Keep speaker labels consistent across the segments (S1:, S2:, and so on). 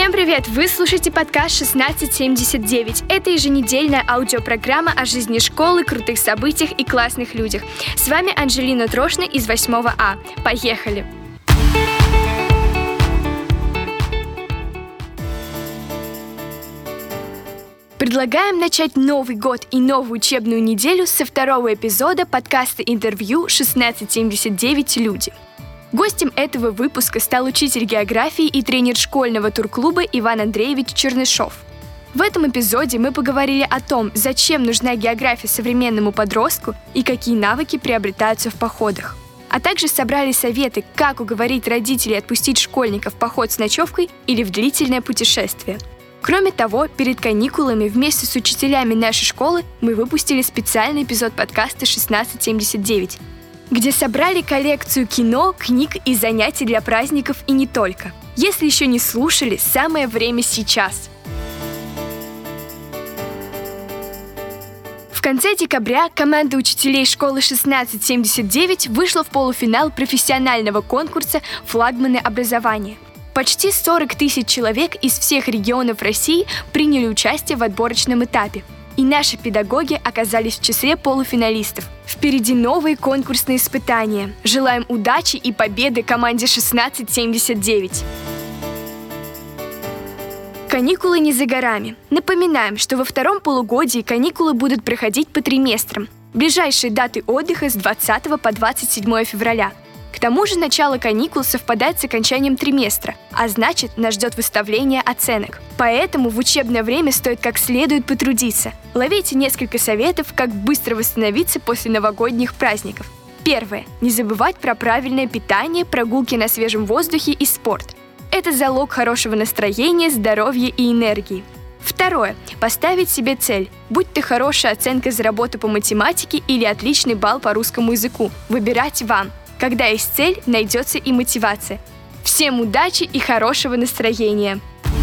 S1: Всем привет! Вы слушаете подкаст 1679. Это еженедельная аудиопрограмма о жизни школы, крутых событиях и классных людях. С вами Анжелина Трошна из 8 А. Поехали! Предлагаем начать Новый год и новую учебную неделю со второго эпизода подкаста интервью 1679 «Люди». Гостем этого выпуска стал учитель географии и тренер школьного турклуба Иван Андреевич Чернышов. В этом эпизоде мы поговорили о том, зачем нужна география современному подростку и какие навыки приобретаются в походах. А также собрали советы, как уговорить родителей отпустить школьника в поход с ночевкой или в длительное путешествие. Кроме того, перед каникулами вместе с учителями нашей школы мы выпустили специальный эпизод подкаста 1679, где собрали коллекцию кино, книг и занятий для праздников и не только. Если еще не слушали, самое время сейчас. В конце декабря команда учителей школы 1679 вышла в полуфинал профессионального конкурса «Флагманы образования». Почти 40 тысяч человек из всех регионов России приняли участие в отборочном этапе. И наши педагоги оказались в числе полуфиналистов. Впереди новые конкурсные испытания. Желаем удачи и победы команде 1679. Каникулы не за горами. Напоминаем, что во втором полугодии каникулы будут проходить по триместрам. Ближайшие даты отдыха с 20 по 27 февраля. К тому же начало каникул совпадает с окончанием триместра, а значит, нас ждет выставление оценок. Поэтому в учебное время стоит как следует потрудиться. Ловите несколько советов, как быстро восстановиться после новогодних праздников. Первое. Не забывать про правильное питание, прогулки на свежем воздухе и спорт. Это залог хорошего настроения, здоровья и энергии. Второе. Поставить себе цель. Будь то хорошая оценка за работу по математике или отличный балл по русскому языку. Выбирать вам. Когда есть цель, найдется и мотивация. Всем удачи и хорошего настроения!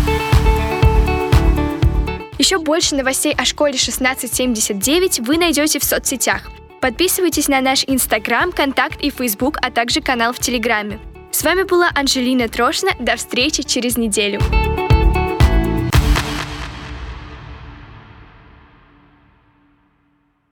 S1: Еще больше новостей о школе 1679 вы найдете в соцсетях. Подписывайтесь на наш Инстаграм, Контакт и Фейсбук, а также канал в Телеграме. С вами была Анжелина Трошна. До встречи через неделю.